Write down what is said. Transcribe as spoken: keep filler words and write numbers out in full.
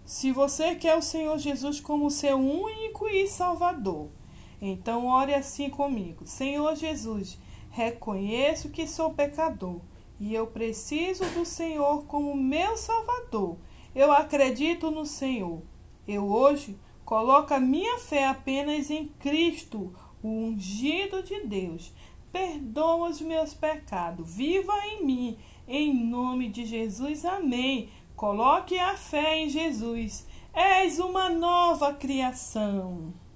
Se você quer o Senhor Jesus como seu único e Salvador, então ore assim comigo. Senhor Jesus, reconheço que sou pecador e eu preciso do Senhor como meu Salvador. Eu acredito no Senhor. Eu hoje coloco a minha fé apenas em Cristo, o ungido de Deus. Perdoa os meus pecados. Viva em mim. Em nome de Jesus. Amém. Coloque a fé em Jesus. És uma nova criação.